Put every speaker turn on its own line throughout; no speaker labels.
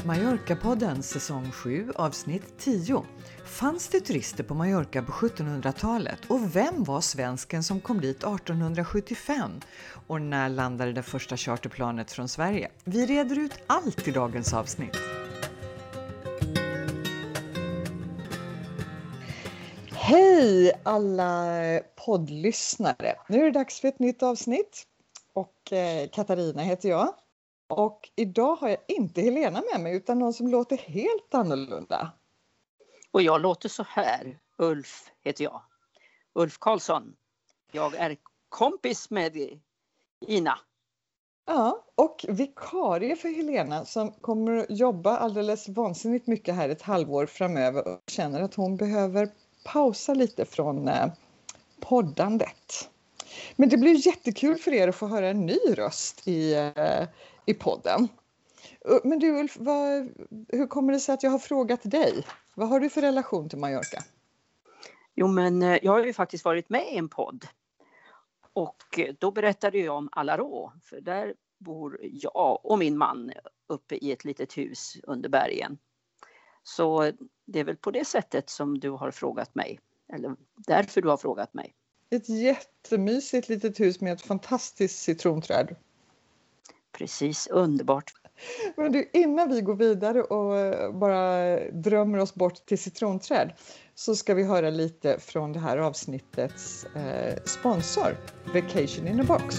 Mallorca-podden säsong 7 avsnitt 10. Fanns det turister på Mallorca på 1700-talet? Och vem var svensken som kom dit 1875? Och när landade det första charterplanet från Sverige? Vi reder ut allt i dagens avsnitt. Hej alla poddlyssnare! Nu är det dags för ett nytt avsnitt. Och Katarina heter jag. Och idag har jag inte Helena med mig utan någon som låter helt annorlunda.
Och jag låter så här. Ulf heter jag. Ulf Karlsson. Jag är kompis med Ina.
Ja, och vikarie för Helena som kommer att jobba alldeles vansinnigt mycket här ett halvår framöver och känner att hon behöver pausa lite från poddandet. Men det blir jättekul för er att få höra en ny röst i podden. Men du Ulf, hur kommer det sig att jag har frågat dig? Vad har du för relation till Mallorca?
Jo, men jag har ju faktiskt varit med i en podd. Och då berättade jag om Alarå. För där bor jag och min man uppe i ett litet hus under bergen. Så det är väl på det sättet som du har frågat mig. Eller därför du har frågat mig.
Ett jättemysigt litet hus med ett fantastiskt citronträd.
Precis, underbart.
Men du, innan vi går vidare och bara drömmer oss bort till citronträd så ska vi höra lite från det här avsnittets sponsor, Vacation in a Box.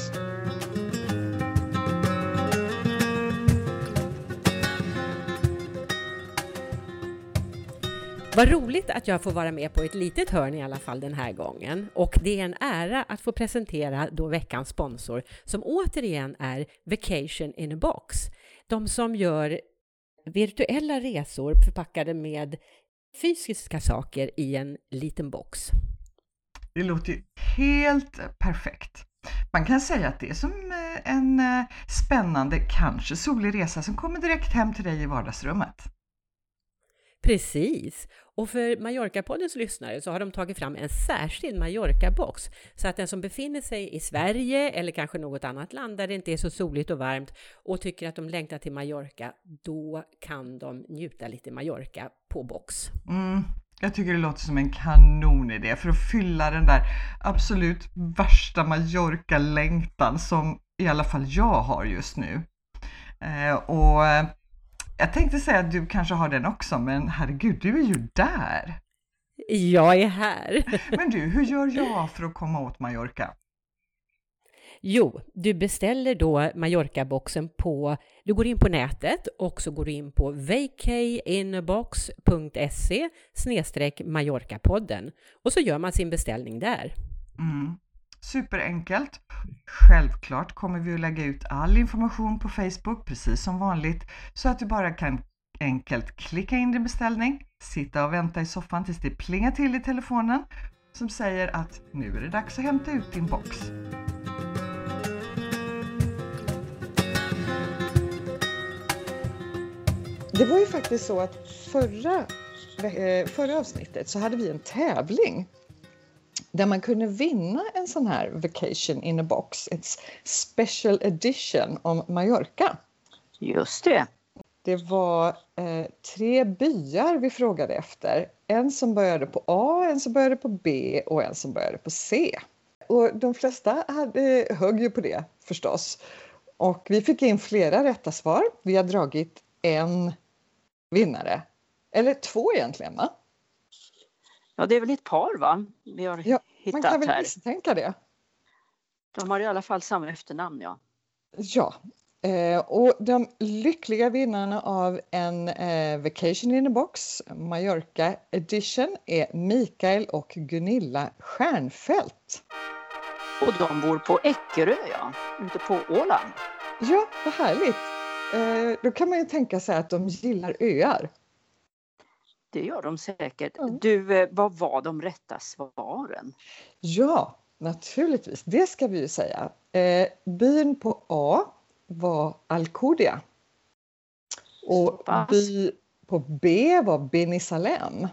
Vad roligt att jag får vara med på ett litet hörn i alla fall den här gången. Och det är en ära att få presentera då veckans sponsor som återigen är Vacation in a Box. De som gör virtuella resor förpackade med fysiska saker i en liten box.
Det låter ju helt perfekt. Man kan säga att det är som en spännande, kanske solig resa som kommer direkt hem till dig i vardagsrummet.
Precis, och för Mallorca-poddens lyssnare så har de tagit fram en särskild Mallorca-box så att den som befinner sig i Sverige eller kanske något annat land där det inte är så soligt och varmt och tycker att de längtar till Mallorca, då kan de njuta lite Mallorca på box.
Jag tycker det låter som en kanonidé för att fylla den där absolut värsta Mallorca-längtan som i alla fall jag har just nu. Och jag tänkte säga att du kanske har den också, men herregud, du är ju där.
Jag är här.
Men du, hur gör jag för att komma åt Mallorca?
Jo, du beställer då Mallorca-boxen du går in på nätet och så går du in på vacainbox.se/Mallorca-podden och så gör man sin beställning där.
Superenkelt. Självklart kommer vi att lägga ut all information på Facebook precis som vanligt så att du bara kan enkelt klicka in din beställning, sitta och vänta i soffan tills det plingar till i telefonen som säger att nu är det dags att hämta ut din box. Det var ju faktiskt så att förra avsnittet så hade vi en tävling där man kunde vinna en sån här Vacation in a Box, ett special edition om Mallorca.
Just det.
Det var 3 byar vi frågade efter. En som började på A, en som började på B och en som började på C. Och de flesta högg ju på det förstås. Och vi fick in flera rätta svar. Vi har dragit en vinnare. Eller 2 egentligen, va?
Ja, det är väl ett par, va? Vi har hittat
man kan väl
här.
misstänka det.
De har i alla fall samma efternamn, ja.
Ja, och de lyckliga vinnarna av en Vacation in a Box Mallorca Edition är Mikael och Gunilla Stjärnfält.
Och de bor på Eckerö, ja. Ute på Åland.
Ja, vad härligt. Då kan man ju tänka sig att de gillar öar.
Det gör de säkert. Du, vad var de rätta svaren?
Ja, naturligtvis. Det ska vi ju säga. Byn på A var Alcudia. Och by på B var Benisalem.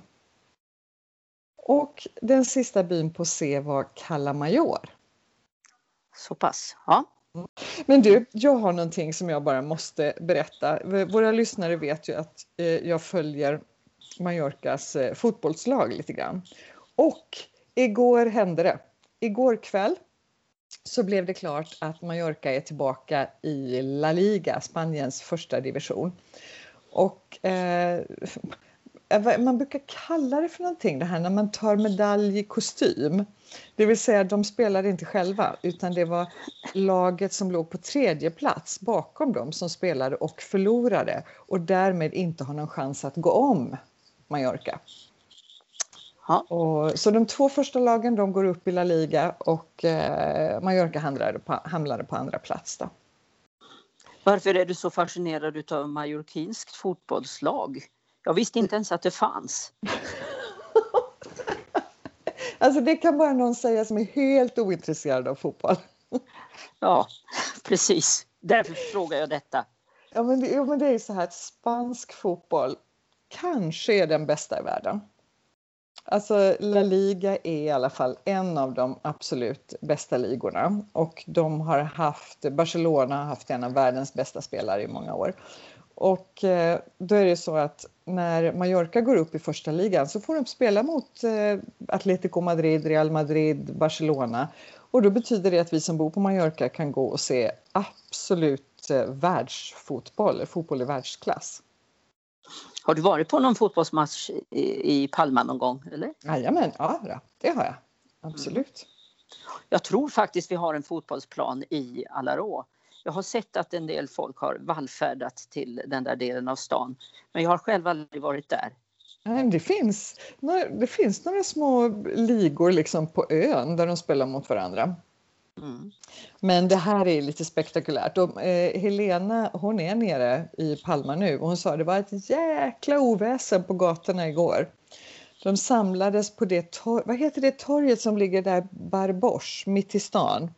Och den sista byn på C var Cala Mayor.
Så pass, ja.
Men du, jag har någonting som jag bara måste berätta. Våra lyssnare vet ju att jag följer Mallorcas fotbollslag lite grann. Och igår hände det. Igår kväll så blev det klart att Mallorca är tillbaka i La Liga, Spaniens första division. Och man brukar kalla det för någonting det här när man tar medalj i kostym. Det vill säga de spelade inte själva utan det var laget som låg på tredje plats bakom dem som spelade och förlorade. Och därmed inte har någon chans att gå om Mallorca.
Ja.
Så de 2 första lagen de går upp i La Liga och Mallorca hamnade på andra plats då.
Varför är du så fascinerad av mallorquinskt fotbollslag? Jag visste inte ens att det fanns.
Alltså det kan bara någon säga som är helt ointresserad av fotboll.
Ja, precis. Därför frågar jag detta.
Ja, men det är ju så här att spansk fotboll kanske är den bästa i världen. Alltså La Liga är i alla fall en av de absolut bästa ligorna. Och Barcelona har haft en av världens bästa spelare i många år. Och då är det så att när Mallorca går upp i första ligan så får de spela mot Atletico Madrid, Real Madrid, Barcelona. Och då betyder det att vi som bor på Mallorca kan gå och se absolut världsfotboll, fotboll i världsklass.
Har du varit på någon fotbollsmatch i Palma någon gång, eller?
Jajamän, ja, det har jag. Absolut.
Jag tror faktiskt vi har en fotbollsplan i Alarå. Jag har sett att en del folk har vallfärdat till den där delen av stan. Men jag har själv aldrig varit där.
Det finns några små ligor liksom på ön där de spelar mot varandra. Mm. Men det här är lite spektakulärt. Helena, hon är nere i Palma nu och hon sa att det var ett jäkla oväsen på gatorna igår. De samlades på det vad heter det torget som ligger där Barbos, mitt i stan?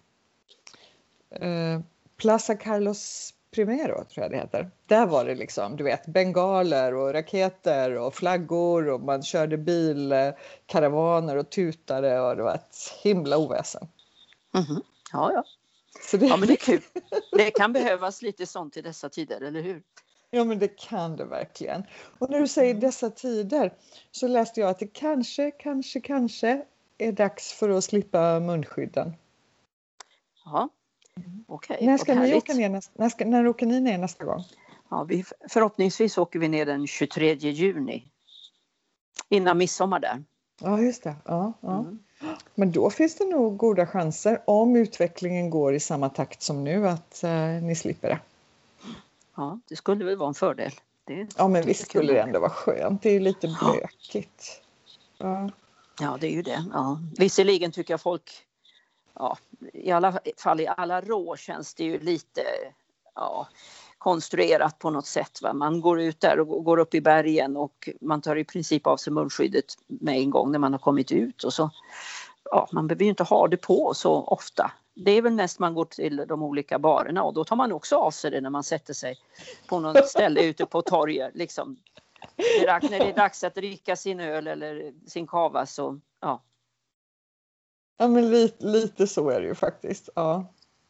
Plaza Carlos Primero tror jag det heter. Där var det liksom, du vet, bengaler och raketer och flaggor och man körde bilkaravaner och tutade och det var ett himla oväsen.
Mm-hmm. Ja.
Så det...
Ja, men det är kul. Det kan behövas lite sånt i dessa tider, eller hur?
Ja, men det kan det verkligen. Och när du säger dessa tider så läste jag att det kanske är dags för att slippa munskydden.
Ja, okej.
När ska ni åka ner när åker ni ner nästa gång?
Ja, förhoppningsvis åker vi ner den 23 juni. Innan midsommar där.
Ja, just det. Ja. Mm. Men då finns det nog goda chanser om utvecklingen går i samma takt som nu att ni slipper det.
Ja, det skulle väl vara en fördel.
Ja, men visst skulle det ändå vara skönt. Det är ju lite blökigt.
Ja, det är ju det. Ja. Visserligen tycker jag folk, i alla fall i Alarå känns det ju lite konstruerat på något sätt. Va? Man går ut där och går upp i bergen och man tar i princip av sig munskyddet med en gång när man har kommit ut. Och så, man behöver ju inte ha det på så ofta. Det är väl mest man går till de olika barerna och då tar man också av sig det när man sätter sig på något ställe ute på torget. Liksom. När det är dags att dricka sin öl eller sin kava så, ja.
Ja, men lite så är det ju faktiskt, ja.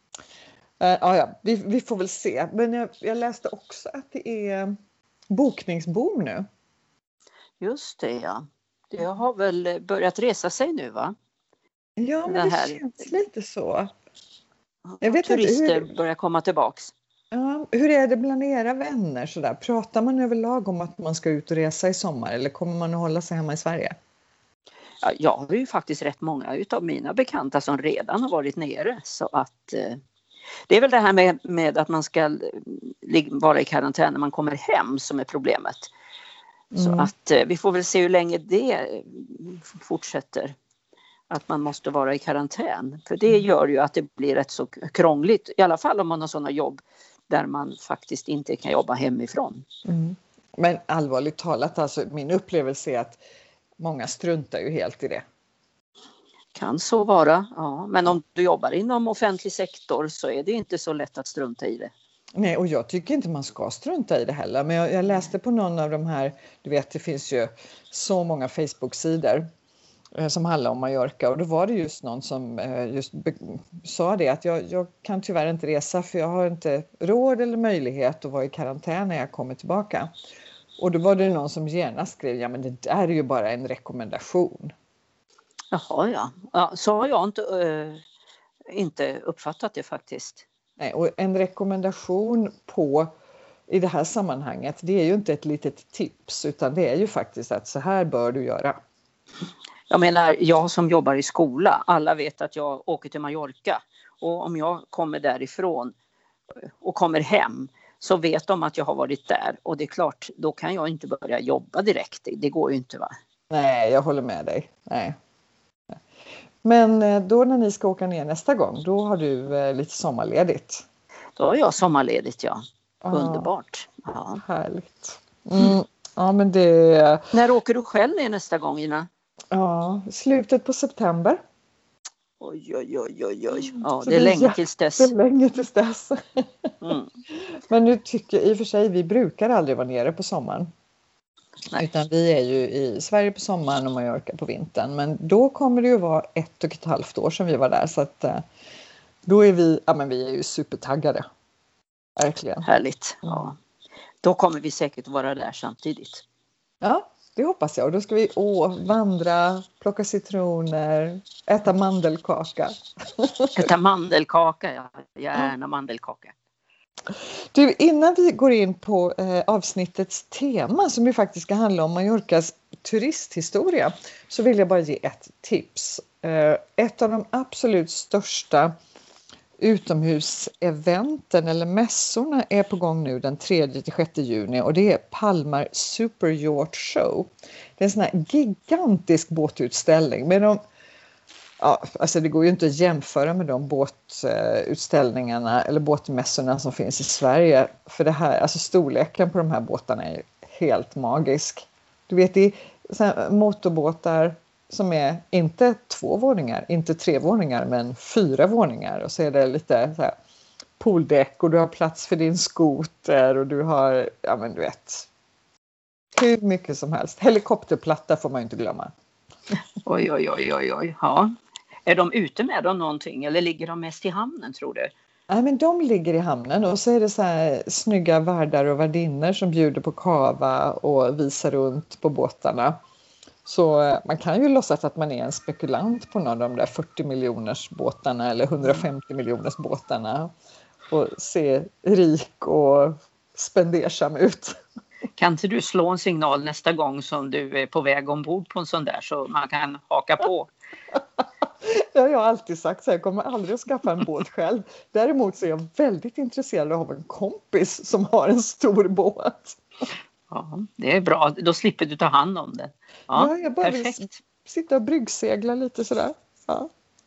Vi får väl se. Men jag läste också att det är bokningsboom nu.
Just det, ja. Det har väl börjat resa sig nu, va?
Ja, men det känns lite så. Jag vet
turister
inte,
börjar komma tillbaks.
Ja, hur är det bland era vänner? Sådär? Pratar man överlag om att man ska ut och resa i sommar eller kommer man att hålla sig hemma i Sverige?
Ja, jag har ju faktiskt rätt många utav mina bekanta som redan har varit nere. Så att det är väl det här med att man ska vara i karantän när man kommer hem som är problemet. Så att vi får väl se hur länge det fortsätter. Att man måste vara i karantän. För det gör ju att det blir rätt så krångligt. I alla fall om man har sådana jobb där man faktiskt inte kan jobba hemifrån. Mm.
Men allvarligt talat, alltså, min upplevelse är att många struntar ju helt i det.
Kan så vara, ja. Men om du jobbar inom offentlig sektor så är det inte så lätt att strunta i det.
Nej, och jag tycker inte man ska strunta i det heller. Men jag läste på någon av de här, du vet det finns ju så många Facebook-sidor. som handlar om Mallorca, och då var det just någon som sa det att jag kan tyvärr inte resa för jag har inte råd eller möjlighet att vara i karantän när jag kommer tillbaka. Och då var det någon som genast skrev, ja men det där är ju bara en rekommendation.
Jaha, ja. Så har jag inte uppfattat det faktiskt.
Nej, och en rekommendation i det här sammanhanget, det är ju inte ett litet tips, utan det är ju faktiskt att så här bör du göra.
Jag menar, jag som jobbar i skola, alla vet att jag åker till Mallorca. Och om jag kommer därifrån och kommer hem så vet de att jag har varit där. Och det är klart, då kan jag inte börja jobba direkt. Det går ju inte, va?
Nej, jag håller med dig. Nej. Men då när ni ska åka ner nästa gång, då har du lite sommarledigt.
Då har jag sommarledigt, ja. Underbart. Ja.
Härligt. Ja, men det...
När åker du själv ner nästa gång, Ina?
Ja, slutet på september.
Oj. Ja, det är länge tills dess.
Det är länge tills dess. Men nu tycker jag i och för sig, vi brukar aldrig vara nere på sommaren. Nej. Utan vi är ju i Sverige på sommaren och Mallorca på vintern. Men då kommer det ju vara 1,5 år sedan vi var där. Så att då är vi är ju supertaggade. Verkligen.
Härligt. Ja. Då kommer vi säkert vara där samtidigt.
Ja, det hoppas jag. Och då ska vi vandra, plocka citroner, äta mandelkaka.
Äta mandelkaka, ja. Gärna mandelkaka.
Du, innan vi går in på avsnittets tema som ju faktiskt ska handla om Mallorcas turisthistoria, så vill jag bara ge ett tips. Ett av de absolut största utomhuseventen eller mässorna är på gång nu den 3-6 juni, och det är Palmar Super Yacht Show. Det är en sån här gigantisk båtutställning med alltså det går ju inte att jämföra med de båtutställningarna eller båtmässorna som finns i Sverige, för det här, alltså storleken på de här båtarna är helt magisk. Du vet, det är så här motorbåtar som är inte 2 våningar, inte 3 våningar, men 4 våningar. Och så är det lite så här pooldäck och du har plats för din skoter och du har, ja men du vet, hur mycket som helst. Helikopterplatta får man inte glömma.
Oj. Ja. Är de ute med dem någonting eller ligger de mest i hamnen, tror du?
Nej, men de ligger i hamnen och så är det så här snygga värdar och värdinnor som bjuder på kava och visar runt på båtarna. Så man kan ju låtsas att man är en spekulant på någon av de där 40 miljoners båtarna eller 150 miljoners båtarna och se rik och spendersam ut.
Kan inte du slå en signal nästa gång som du är på väg ombord på en sån där så man kan haka på?
Ja, jag har alltid sagt så jag kommer aldrig att skaffa en båt själv. Däremot så är jag väldigt intresserad av en kompis som har en stor båt.
Ja, det är bra. Då slipper du ta hand om det. Ja,
jag bara vill sitta och bryggsegla lite sådär. Ja.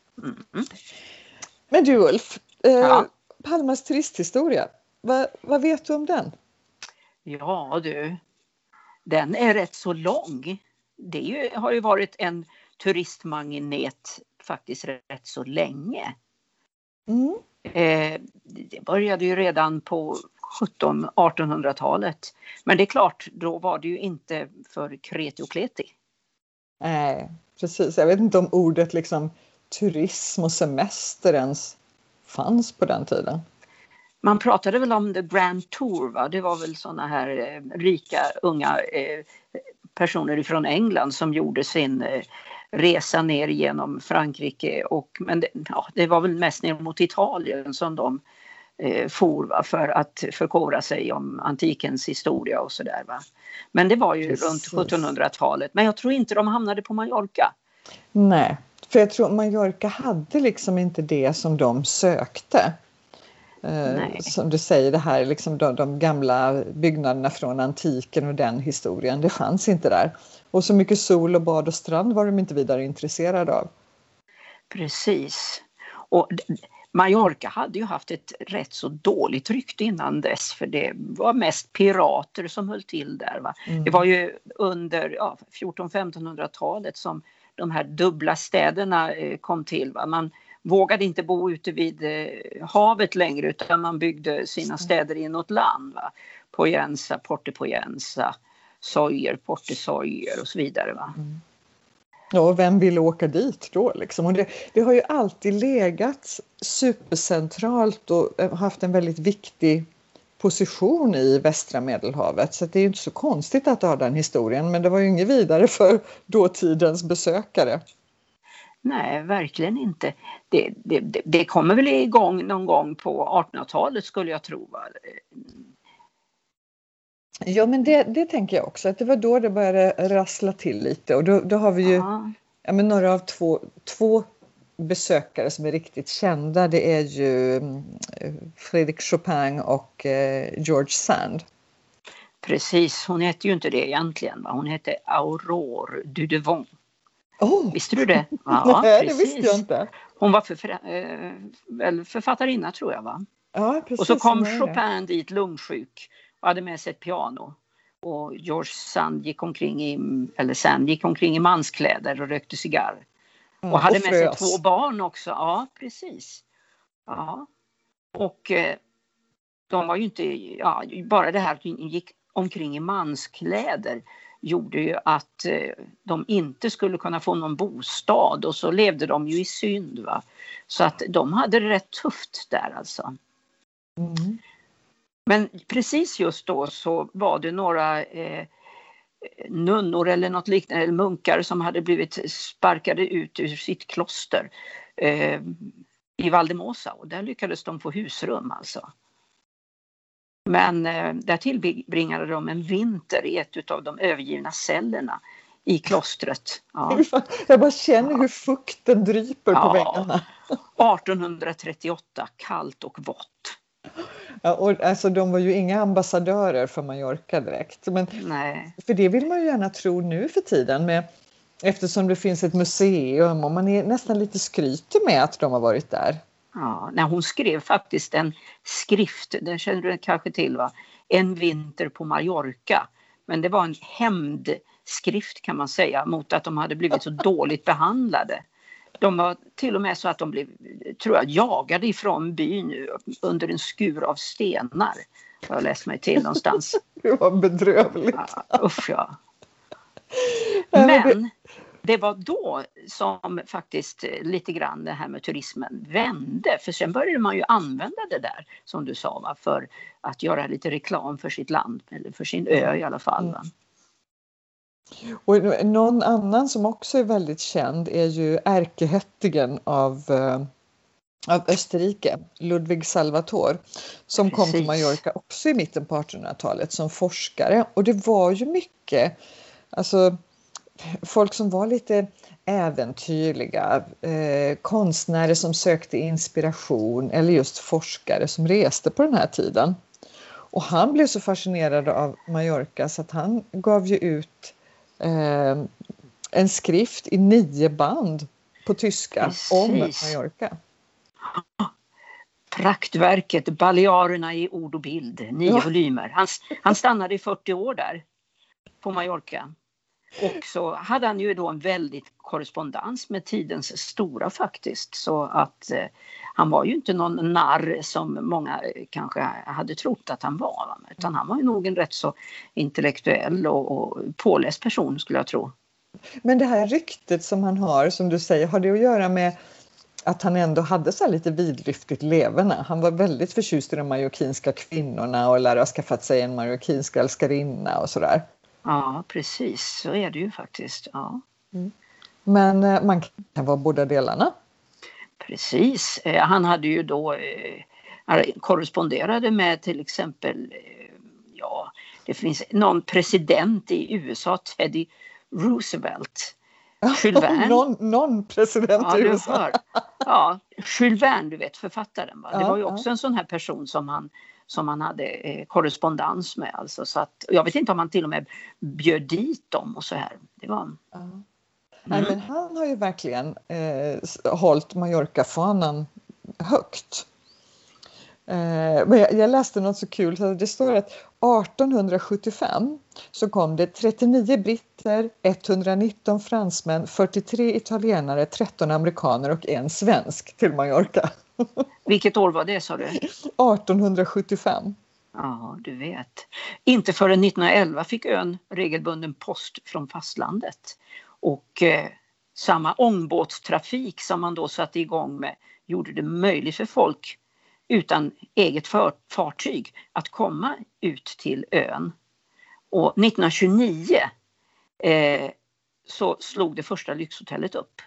Men du Ulf, Palmas turisthistoria. Vad vet du om den?
Ja du, den är rätt så lång. Det har ju varit en turistmagnet faktiskt rätt så länge. Det började ju redan på 1700-1800-talet. Men det är klart, då var det ju inte för kreti och kleti.
Nej, precis. Jag vet inte om ordet liksom turism och semester ens fanns på den tiden.
Man pratade väl om The Grand Tour, va? Det var väl såna här rika unga personer från England som gjorde sin resa ner genom Frankrike. Men det var väl mest ner mot Italien som de for, va? För att förkovra sig om antikens historia och sådär. Men det var ju runt 1700-talet. Men jag tror inte de hamnade på Mallorca.
Nej, för jag tror Mallorca hade liksom inte det som de sökte. Som du säger, det här liksom de gamla byggnaderna från antiken och den historien, det fanns inte där. Och så mycket sol och bad och strand var de inte vidare intresserade av.
Precis. Och Mallorca hade ju haft ett rätt så dåligt rykte innan dess, för det var mest pirater som höll till där. Va? Det var ju under 1400-1500-talet som de här dubbla städerna kom till. Va? Man vågade inte bo ute vid havet längre, utan man byggde sina städer inåt land. Va? Poyensa, Porte Poyensa, Sojer, Porte Sojer och så vidare. Va?
Ja, och vem vill åka dit då liksom? Och det har ju alltid legat supercentralt och haft en väldigt viktig position i västra Medelhavet. Så det är ju inte så konstigt att det har den historien, men det var ju inget vidare för dåtidens besökare.
Nej, verkligen inte. Det kommer väl igång någon gång på 1800-talet skulle jag tro. Va?
Ja, men det tänker jag också, att det var då det började rassla till lite. Och då har vi ju några av två besökare som är riktigt kända. Det är ju Frédéric Chopin och George Sand.
Precis, hon hette ju inte det egentligen. Va? Hon hette Aurore Dudevant. Visste du det?
Ja, nej, det visste jag inte.
Hon var författarinna tror jag, va?
Ja, precis.
Och så kom Chopin dit lungsjuk och hade med sig ett piano. Och George Sand gick omkring i manskläder och rökte cigarr. Och hade med sig 2 barn också. Ja, precis. Ja. Och de var ju inte... Ja, bara det här att de gick omkring i manskläder gjorde ju att de inte skulle kunna få någon bostad. Och så levde de ju i synd, va? Så att de hade det rätt tufft där alltså. Mm. Men precis just då så var det några nunnor eller något liknande, eller munkar som hade blivit sparkade ut ur sitt kloster i Valdemosa, och där lyckades de få husrum alltså. Men där tillbringade de en vinter i ett av de övergivna cellerna i klostret. Ja.
Jag bara känner hur fukten dryper på väggarna.
1838, kallt och vått.
Ja, och alltså, de var ju inga ambassadörer för Mallorca direkt. Men,
nej.
För det vill man ju gärna tro nu för tiden. Eftersom det finns ett museum och man är nästan lite skryter med att de har varit där.
Ja, hon skrev faktiskt en skrift, den känner du kanske till, va? En vinter på Mallorca. Men det var en hämndskrift kan man säga mot att de hade blivit så dåligt behandlade. De var till och med så att de blev, tror jag, jagade ifrån byn under en skur av stenar. Jag har läst mig till någonstans.
Det var bedrövligt.
Ja, usch ja. Men det var då som faktiskt lite grann det här med turismen vände. För sen började man ju använda det där, som du sa, va, för att göra lite reklam för sitt land, eller för sin ö i alla fall. Va?
Och någon annan som också är väldigt känd är ju ärkehertigen av Österrike, Ludwig Salvator, som kom till Mallorca också i mitten på 1800-talet som forskare. Och det var ju mycket, alltså folk som var lite äventyrliga, konstnärer som sökte inspiration eller just forskare som reste på den här tiden. Och han blev så fascinerad av Mallorca så att han gav ju ut en skrift i 9 band på tyska om Mallorca.
Praktverket Balearerna i ord och bild, 9 volymer. Han stannade i 40 år där på Mallorca. Och så hade han ju då en väldigt korrespondens med tidens stora faktiskt. Så att han var ju inte någon narr som många kanske hade trott att han var. Utan han var ju nog en rätt så intellektuell och påläst person skulle jag tro.
Men det här ryktet som han har, som du säger, har det att göra med att han ändå hade så här lite vidlyftigt leverne? Han var väldigt förtjust i de mallorquinska kvinnorna och lärde ha skaffat sig en mallorquinsk älskarinna och sådär.
Ja, precis. Så är det ju faktiskt. Ja.
Mm. Men man kan vara båda delarna.
Precis. Han hade ju då korresponderade med till exempel det finns någon president i USA, Teddy Roosevelt. Jules Verne.
Någon president i USA.
Ja, Jules Verne, du vet, författaren. Va? Det var ju också en sån här person som han hade korrespondens med. Alltså, så att, jag vet inte om han till och med bjöd dit dem och så här. Det var...
Nej, men han har ju verkligen hållit Mallorca-fanan högt. Men jag läste något så kul. Så det står att 1875 så kom det 39 britter, 119 fransmän, 43 italienare, 13 amerikaner och en svensk till Mallorca.
Vilket år var det, sa du?
1875.
Ja, du vet. Inte förrän 1911 fick ön regelbunden post från fastlandet. Och samma ångbåtstrafik som man då satte igång med gjorde det möjligt för folk utan eget fartyg att komma ut till ön. Och 1929 så slog det första lyxhotellet upp.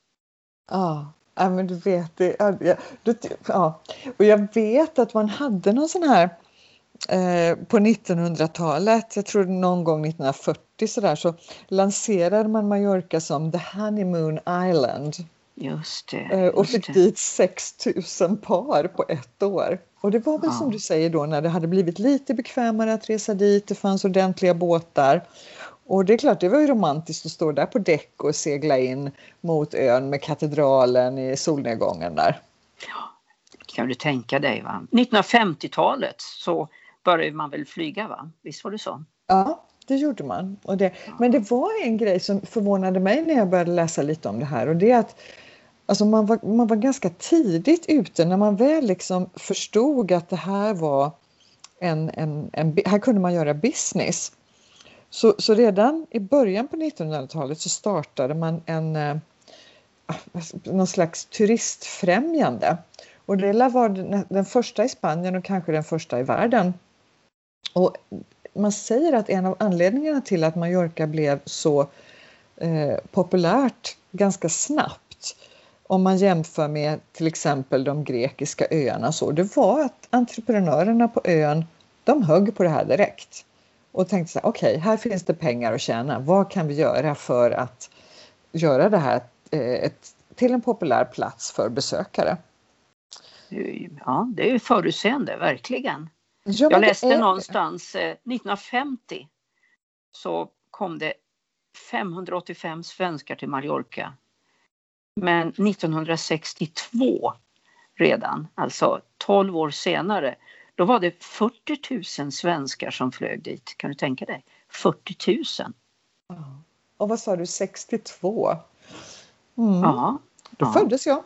Ja, men du vet det. Ja. Och jag vet att man hade någon sån här på 1900-talet, jag tror någon gång 1940 sådär, så lanserade man Mallorca som The Honeymoon Island.
Just det.
Och fick dit 6 000 par på ett år. Och det var väl som du säger då, när det hade blivit lite bekvämare att resa dit, det fanns ordentliga båtar. Och det är klart, det var ju romantiskt att stå där på däck och segla in mot ön med katedralen i solnedgången där.
Ja, kan du tänka dig, va? 1950-talet så började man väl flyga, va? Visst var det så?
Ja, det gjorde man. Men det var en grej som förvånade mig när jag började läsa lite om det här. Och det är att alltså man var ganska tidigt ute när man väl liksom förstod att det här var här kunde man göra business. Så redan i början på 1900-talet så startade man någon slags turistfrämjande. Och det var den första i Spanien och kanske den första i världen. Och man säger att en av anledningarna till att Mallorca blev så populärt ganska snabbt, om man jämför med till exempel de grekiska öarna, så det var att entreprenörerna på ön, de högg på det här direkt. Och tänkte så här, okej, här finns det pengar att tjäna. Vad kan vi göra för att göra det här till en populär plats för besökare?
Ja, det är ju förutseende, verkligen.
Ja,
jag läste någonstans 1950 så kom det 585 svenskar till Mallorca. Men 1962 redan, alltså 12 år senare, då var det 40 000 svenskar som flög dit. Kan du tänka dig? 40 000.
Och vad sa du, 62?
Ja.
Då föddes jag.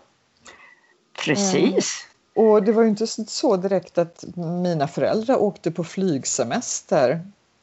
Precis.
Och det var ju inte så direkt att mina föräldrar åkte på flygsemester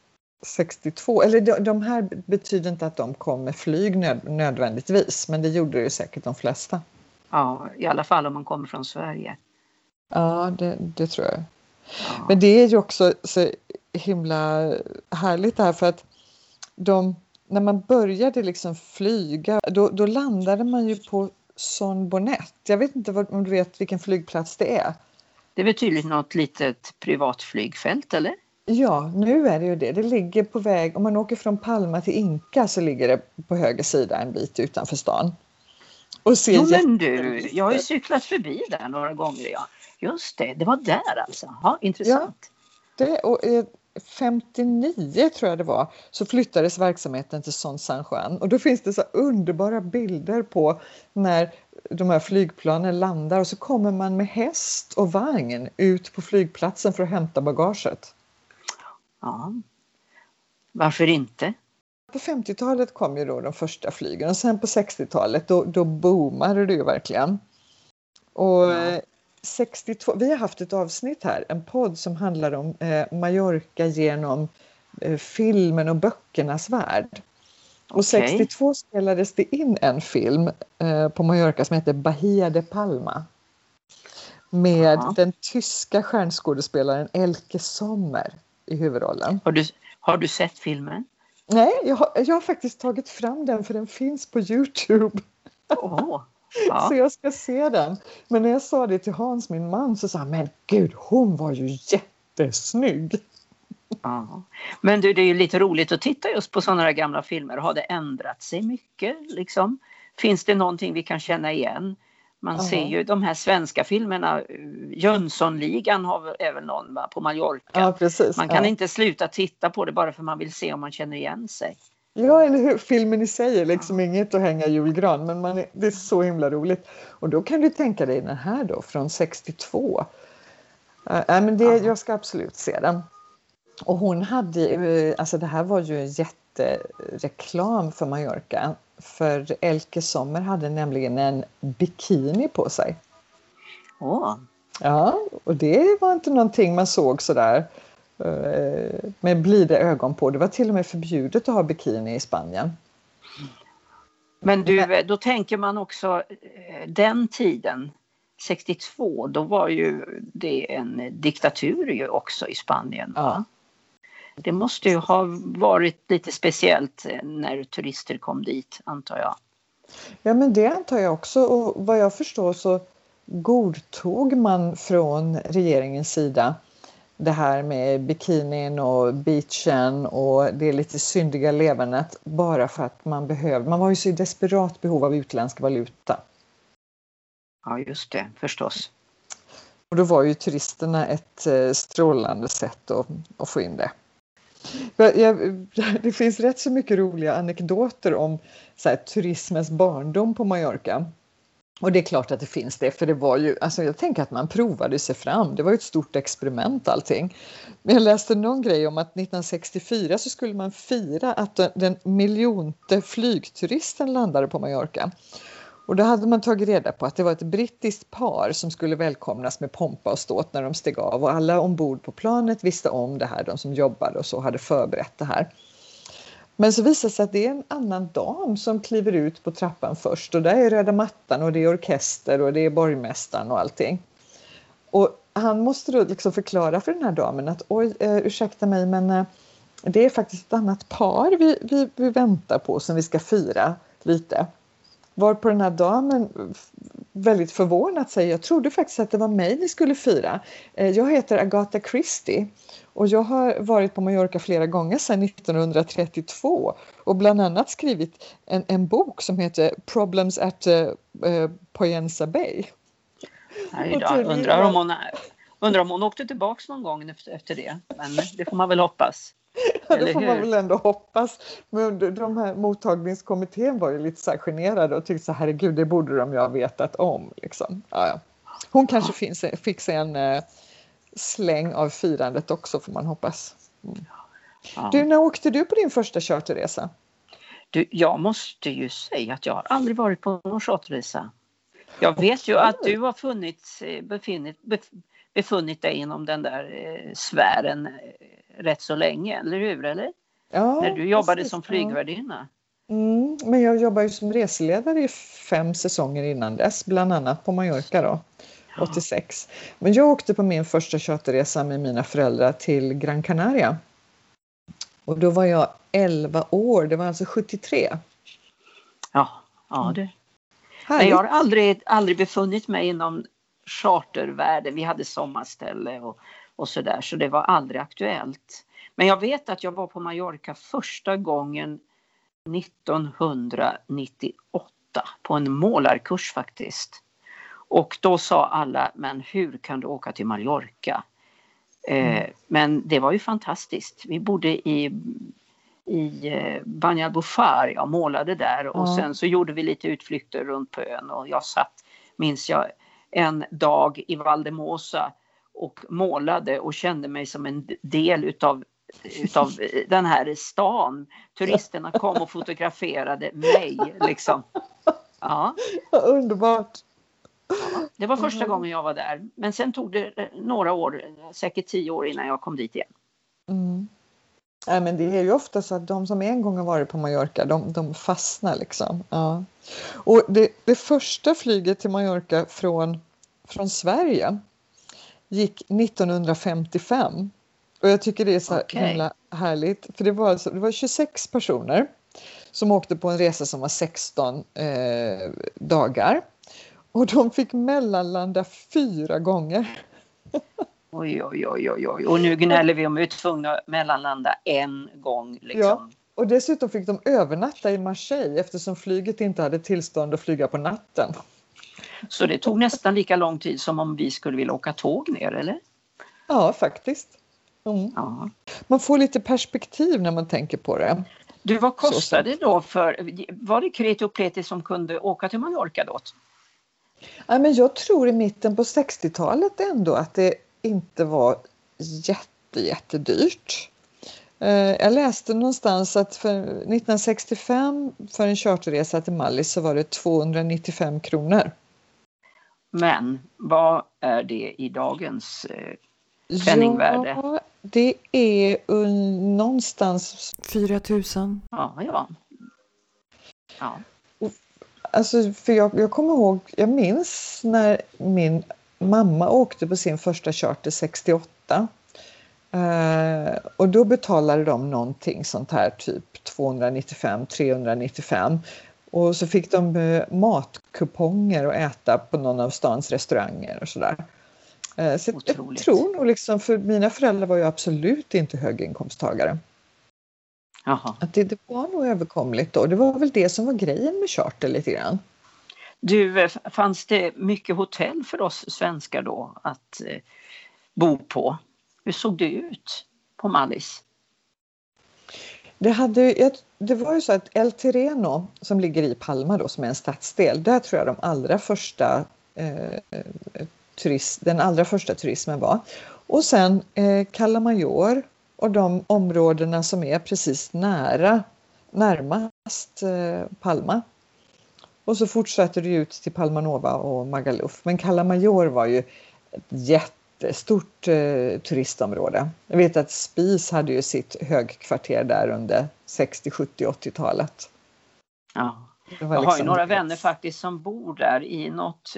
62. Eller de här betyder inte att de kom med flyg nödvändigtvis. Men det gjorde ju säkert de flesta.
Ja, i alla fall om man kommer från Sverige.
Ja, det tror jag. Ja. Men det är ju också så himla härligt här, för att när man började liksom flyga, då landade man ju på Son Bonnet. Jag vet inte om du vet vilken flygplats det är.
Det är väl tydligt något litet privat flygfält, eller?
Ja, nu är det ju det. Det ligger på väg, om man åker från Palma till Inka så ligger det på höger sida en bit utanför stan. Och
men du, jag har ju cyklat förbi där några gånger. Ja. Just det var där alltså. Ja, intressant.
Ja, och 59 tror jag det var, så flyttades verksamheten till Son San Juan. Och då finns det så underbara bilder på när de här flygplanen landar och så kommer man med häst och vagn ut på flygplatsen för att hämta bagaget.
Ja, varför inte?
På 50-talet kom ju då de första flygen och sen på 60-talet då boomade det ju verkligen. Och 62, vi har haft ett avsnitt här, en podd som handlar om Mallorca genom filmen och böckernas värld. Och 62 spelades det in en film på Mallorca som heter Bahia de Palma. Med den tyska stjärnskådespelaren Elke Sommer i huvudrollen.
Har du sett filmen?
Nej, jag har faktiskt tagit fram den, för den finns på YouTube.
Ja.
Så jag ska se den. Men när jag sa det till Hans, min man, så sa han, men gud, hon var ju jättesnygg.
Ja. Men du, det är ju lite roligt att titta just på sådana här gamla filmer. Har det ändrat sig mycket liksom? Finns det någonting vi kan känna igen? Man ser ju de här svenska filmerna, Jönssonligan har även någon på Mallorca.
Ja, precis.
Man kan inte sluta titta på det bara för man vill se om man känner igen sig.
Ja, eller hur? Filmen i sig är liksom inget att hänga julgran, men det är så himla roligt. Och då kan du tänka dig den här då, från 62. Men jag ska absolut se den. Och hon hade, alltså det här var ju en jättereklam för Mallorca. För Elke Sommer hade nämligen en bikini på sig. Ja, och det var inte någonting man såg sådär med blida ögon på. Det var till och med förbjudet att ha bikini i Spanien.
Men du, då tänker man också den tiden, 62, då var ju det en diktatur ju också i Spanien.
Ja.
Det måste ju ha varit lite speciellt när turister kom dit, antar jag.
Ja, men det antar jag också. Och vad jag förstår så godtog man från regeringens sida det här med bikinin och beachen och det lite syndiga levernet bara för att man var ju så i desperat behov av utländsk valuta.
Ja, just det, förstås.
Och då var ju turisterna ett strålande sätt att få in det. Det finns rätt så mycket roliga anekdoter om så här, turismens barndom på Mallorca. Och det är klart att det finns det, för det var ju, alltså jag tänker att man provade sig fram. Det var ju ett stort experiment allting. Men jag läste någon grej om att 1964 så skulle man fira att den miljonte flygturisten landade på Mallorca. Och då hade man tagit reda på att det var ett brittiskt par som skulle välkomnas med pompa och ståt när de steg av. Och alla ombord på planet visste om det här, de som jobbade och så hade förberett det här. Men så visar det sig att det är en annan dam som kliver ut på trappan först. Och där är röda mattan och det är orkester och det är borgmästaren och allting. Och han måste då liksom förklara för den här damen att oj, ursäkta mig, men det är faktiskt ett annat par vi väntar på som vi ska fira lite. Varpå den här damen väldigt förvånat säger, jag trodde faktiskt att det var mig ni skulle fira. Jag heter Agatha Christie och jag har varit på Mallorca flera gånger sedan 1932 och bland annat skrivit en bok som heter Problems at Poyensa Bay.
Nej då, undrar om hon åkte tillbaka någon gång efter det, men det får man väl hoppas.
Ja, det får man väl ändå hoppas. Men de här mottagningskommittén var ju lite så här generade och tyckte så herregud, det borde de ju ha vetat om. Liksom. Ja. Hon kanske fick sig en släng av firandet också, får man hoppas. Mm. Ja. Du, när åkte du på din första charterresa?
Du, jag måste ju säga att jag har aldrig varit på någon charterresa. Jag vet ju att du har befunnit dig inom den där sfären rätt så länge, eller hur? Eller?
Ja,
när du jobbade som flygvärdinna.
Men jag jobbade ju som reseledare i 5 säsonger innan dess, bland annat på Mallorca då, 86. Men jag åkte på min första charterresa med mina föräldrar till Gran Canaria. Och då var jag 11 år, det var alltså 73.
Ja det. Men jag har aldrig befunnit mig inom chartervärlden. Vi hade sommarställe och sådär, så det var aldrig aktuellt. Men jag vet att jag var på Mallorca första gången 1998 på en målarkurs faktiskt. Och då sa alla, men hur kan du åka till Mallorca? Men det var ju fantastiskt. Vi bodde i Banyalbufar, jag målade där och sen så gjorde vi lite utflykter runt på ön och jag minns jag, en dag i Valdemosa och målade och kände mig som en del utav den här stan. Turisterna kom och fotograferade mig liksom. Ja.
Underbart.
Ja, det var första gången jag var där. Men sen tog det några år, säkert 10 år innan jag kom dit igen.
Ja, men det är ju ofta så att de som en gång har varit på Mallorca, de fastnar liksom. Ja. Och det första flyget till Mallorca från Sverige gick 1955. Och jag tycker det är så himla härligt. För det var 26 personer som åkte på en resa som var 16 dagar. Och de fick mellanlanda 4 gånger.
Oj. Och nu gnäller vi om vi är tvungna att mellanlanda en gång. Liksom.
Ja, och dessutom fick de övernatta i Marseille eftersom flyget inte hade tillstånd att flyga på natten.
Så det tog nästan lika lång tid som om vi skulle vilja åka tåg ner, eller?
Ja, faktiskt. Ja. Man får lite perspektiv när man tänker på det.
Du, vad kostade det då var det Kreti och Pleti som kunde åka till Mallorca då?
Ja, men jag tror i mitten på 60-talet ändå att det inte var jättedyrt. Jag läste någonstans att för 1965 för en charterresa till Mallis så var det 295 kronor.
Men vad är det i dagens penningvärde?
Ja, det är någonstans 4 000.
Ja.
alltså för jag kommer ihåg, jag minns när min mamma åkte på sin första charter 68. Och då betalade de någonting sånt här typ 295-395. Och så fick de matkuponger att äta på någon av stans restauranger och sådär. Så jag tror nog liksom, för mina föräldrar var ju absolut inte höginkomsttagare.
Jaha.
Att det var nog överkomligt då. Det var väl det som var grejen med charter lite grann.
Du, fanns det mycket hotell för oss svenskar då att bo på? Hur såg det ut på Mallis?
Det var ju så att El Terreno som ligger i Palma då, som är en stadsdel, där tror jag den allra första turismen var. Och sen Cala Major och de områdena som är precis närmast Palma. Och så fortsätter det ut till Palma Nova och Magaluf. Men Cala Major var ju ett jättestort turistområde. Jag vet att Spies hade ju sitt högkvarter där under 60, 70, 80-talet.
Ja. Jag har ju några vänner faktiskt som bor där i något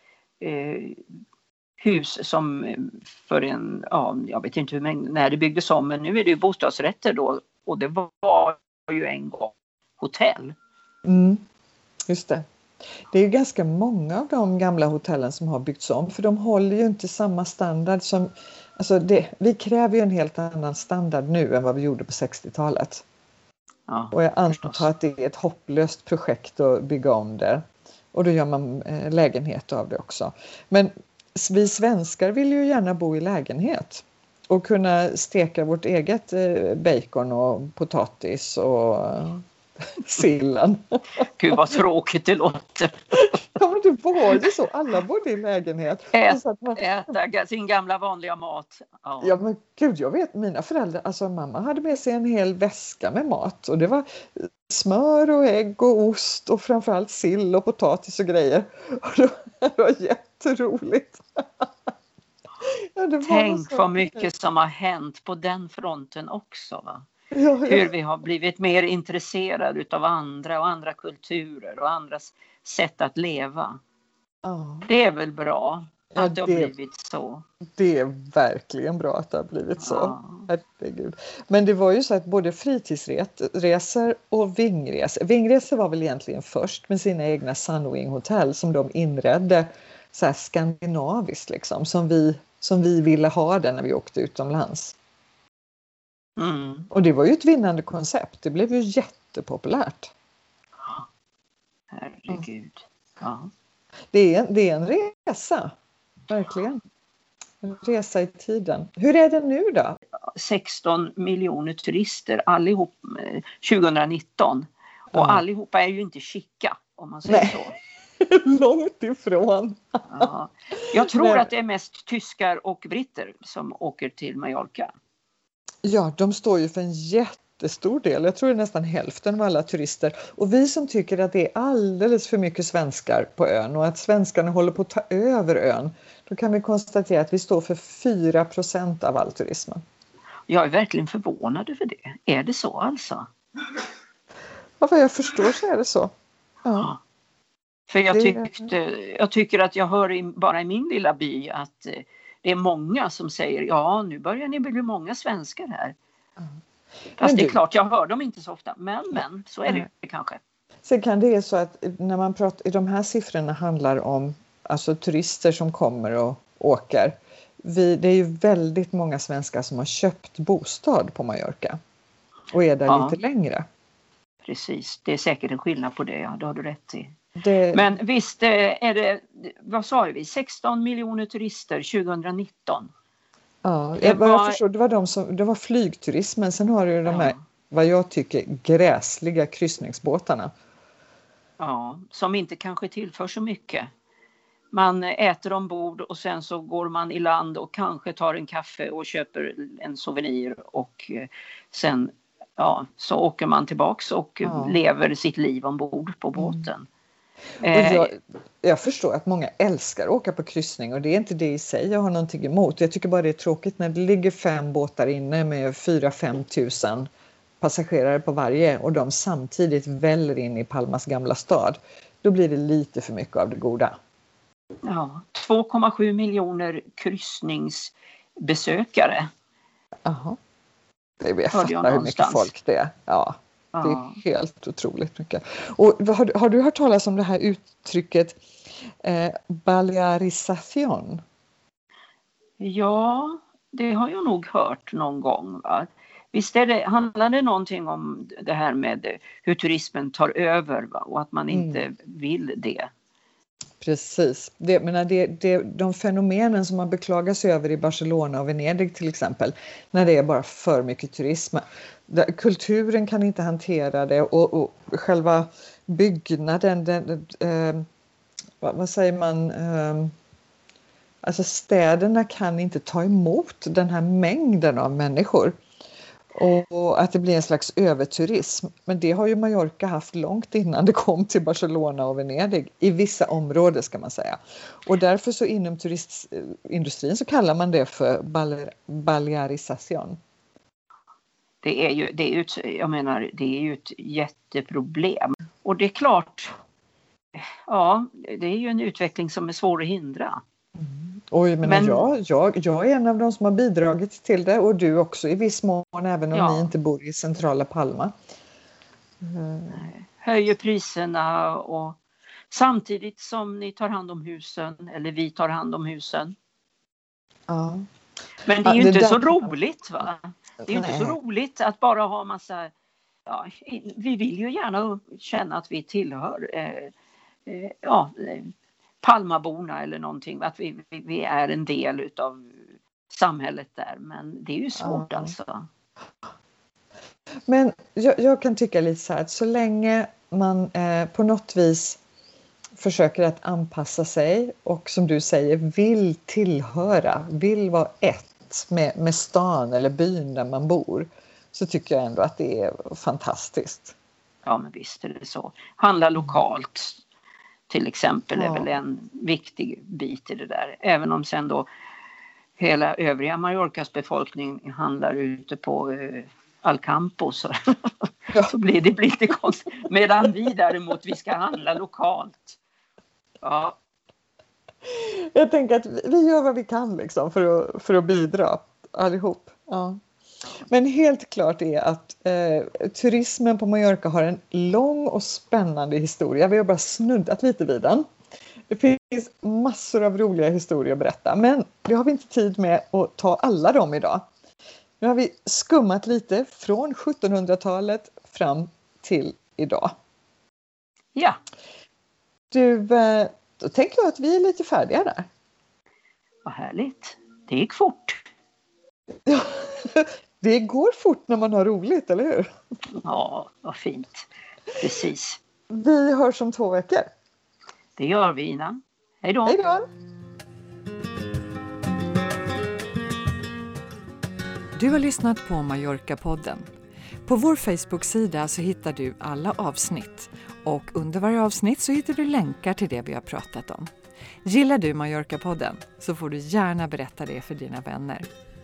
hus som för jag vet inte när det byggdes om, men nu är det ju bostadsrätter då, och det var ju en gång hotell.
Just det. Det är ju ganska många av de gamla hotellen som har byggts om, för de håller ju inte samma standard som, vi kräver ju en helt annan standard nu än vad vi gjorde på 60-talet.
Ja,
och jag antar att det är ett hopplöst projekt att bygga om det. Och då gör man lägenhet av det också. Men vi svenskar vill ju gärna bo i lägenhet och kunna steka vårt eget bacon och potatis och sillen.
Gud vad tråkigt det låter.
Ja, men det var ju så. Alla bodde i lägenhet.
Äta sin gamla vanliga mat.
Ja, men gud, jag vet, mina föräldrar, alltså mamma hade med sig en hel väska med mat. Och det var smör och ägg och ost och framförallt sill och potatis och grejer. Och det var jätteroligt.
Tänk vad mycket som har hänt på den fronten också, va?
Ja.
Hur vi har blivit mer intresserade av andra och andra kulturer och andras sätt att leva.
Ja.
Det är väl bra att det har blivit så.
Det är verkligen bra att det har blivit så. Herregud. Men det var ju så att både fritidsresor och vingresor var väl egentligen först med sina egna Sunwing hotell som de inredde så här skandinaviskt liksom, som vi ville ha det när vi åkte utomlands. Och det var ju ett vinnande koncept. Det blev ju jättepopulärt.
Herregud. Ja.
Det är en resa. Verkligen. En resa i tiden. Hur är det nu då?
16 miljoner turister allihop 2019. Och allihopa är ju inte chica, om man säger så.
Långt ifrån.
Ja. Jag tror att det är mest tyskar och britter som åker till Mallorca.
Ja, de står ju för en jättestor del. Jag tror det är nästan hälften av alla turister. Och vi som tycker att det är alldeles för mycket svenskar på ön och att svenskarna håller på att ta över ön, då kan vi konstatera att vi står för 4% av all turismen. Jag
är verkligen förvånad över det. Är det så alltså?
Ja, vad jag förstår så är det så. Ja.
För jag tycker att jag hör bara i min lilla by att det är många som säger nu börjar ni bli många svenskar här. Fast det är klart, jag hör dem inte så ofta. Men så är det kanske.
Sen kan det är så att när man pratar, de här siffrorna handlar om alltså turister som kommer och åker. Det är ju väldigt många svenskar som har köpt bostad på Mallorca. Och är där lite längre.
Precis, det är säkert en skillnad på det. Det har du rätt i. Men visst är det, vad sa vi, 16 miljoner turister 2019.
Ja, jag förstår, det var flygturismen. Sen har du ju de här, vad jag tycker, gräsliga kryssningsbåtarna.
Ja, som inte kanske tillför så mycket. Man äter ombord och sen så går man i land och kanske tar en kaffe och köper en souvenir och sen så åker man tillbaks och lever sitt liv ombord på båten.
Och jag förstår att många älskar att åka på kryssning och det är inte det i sig jag har någonting emot. Jag tycker bara det är tråkigt när det ligger 5 båtar inne med 4-5 tusen passagerare på varje och de samtidigt väller in i Palmas gamla stad. då blir det lite för mycket av det goda.
Ja, 2,7 miljoner kryssningsbesökare.
Jaha. Jag fattar hur mycket folk det är. Ja, det är helt otroligt mycket. Och har du hört talas om det här uttrycket balearisation?
Ja, det har jag nog hört någon gång. Va? Visst handlar det någonting om det här med hur turismen tar över, va? Och att man inte vill det.
Precis. De fenomenen som man beklagar sig över i Barcelona och Venedig till exempel, när det är bara för mycket turism. Kulturen kan inte hantera det och själva byggnaden, vad säger man, alltså städerna kan inte ta emot den här mängden av människor. Och att det blir en slags överturism. Men det har ju Mallorca haft långt innan det kom till Barcelona och Venedig. I vissa områden ska man säga. Och därför så inom turistindustrin så kallar man det för balearisation.
Det är ju ett jätteproblem. Och det är klart, ja, det är ju en utveckling som är svår att hindra.
Oj, men jag är en av de som har bidragit till det, och du också i viss mån, även om ni inte bor i centrala Palma.
Höjer priserna och samtidigt som ni tar hand om husen, eller vi tar hand om husen.
Ja.
Men det är ju inte så roligt, va? Det är ju inte så roligt att bara ha massa, vi vill ju gärna känna att vi tillhör Palmaborna eller någonting, att vi är en del utav samhället där, men det är ju svårt alltså.
Men jag kan tycka lite så här, att så länge man på något vis försöker att anpassa sig och som du säger vill tillhöra, vill vara ett med stan eller byn där man bor, så tycker jag ändå att det är fantastiskt.
Ja, men visst är det så. Handla lokalt till exempel är väl en viktig bit i det där. Även om sen då hela övriga Mallorcas befolkning handlar ute på Alcampo så blir det lite konstigt. Medan vi däremot, vi ska handla lokalt. Ja.
Jag tänker att vi gör vad vi kan liksom för att bidra allihop. Ja. Men helt klart är att turismen på Mallorca har en lång och spännande historia. Vi har bara snuddat lite vid den. Det finns massor av roliga historier att berätta, men det har vi inte tid med att ta alla dem idag. Nu har vi skummat lite från 1700-talet fram till idag.
Ja.
Då tänker jag att vi är lite färdiga där.
Vad härligt. Det gick fort.
Det går fort när man har roligt, eller hur?
Ja, vad fint. Precis.
Vi hörs om 2 veckor.
Det gör vi, Ina. Hej då.
Hej då.
Du har lyssnat på Mallorca-podden. På vår Facebook-sida så hittar du alla avsnitt. Och under varje avsnitt så hittar du länkar till det vi har pratat om. Gillar du Mallorca-podden så får du gärna berätta det för dina vänner.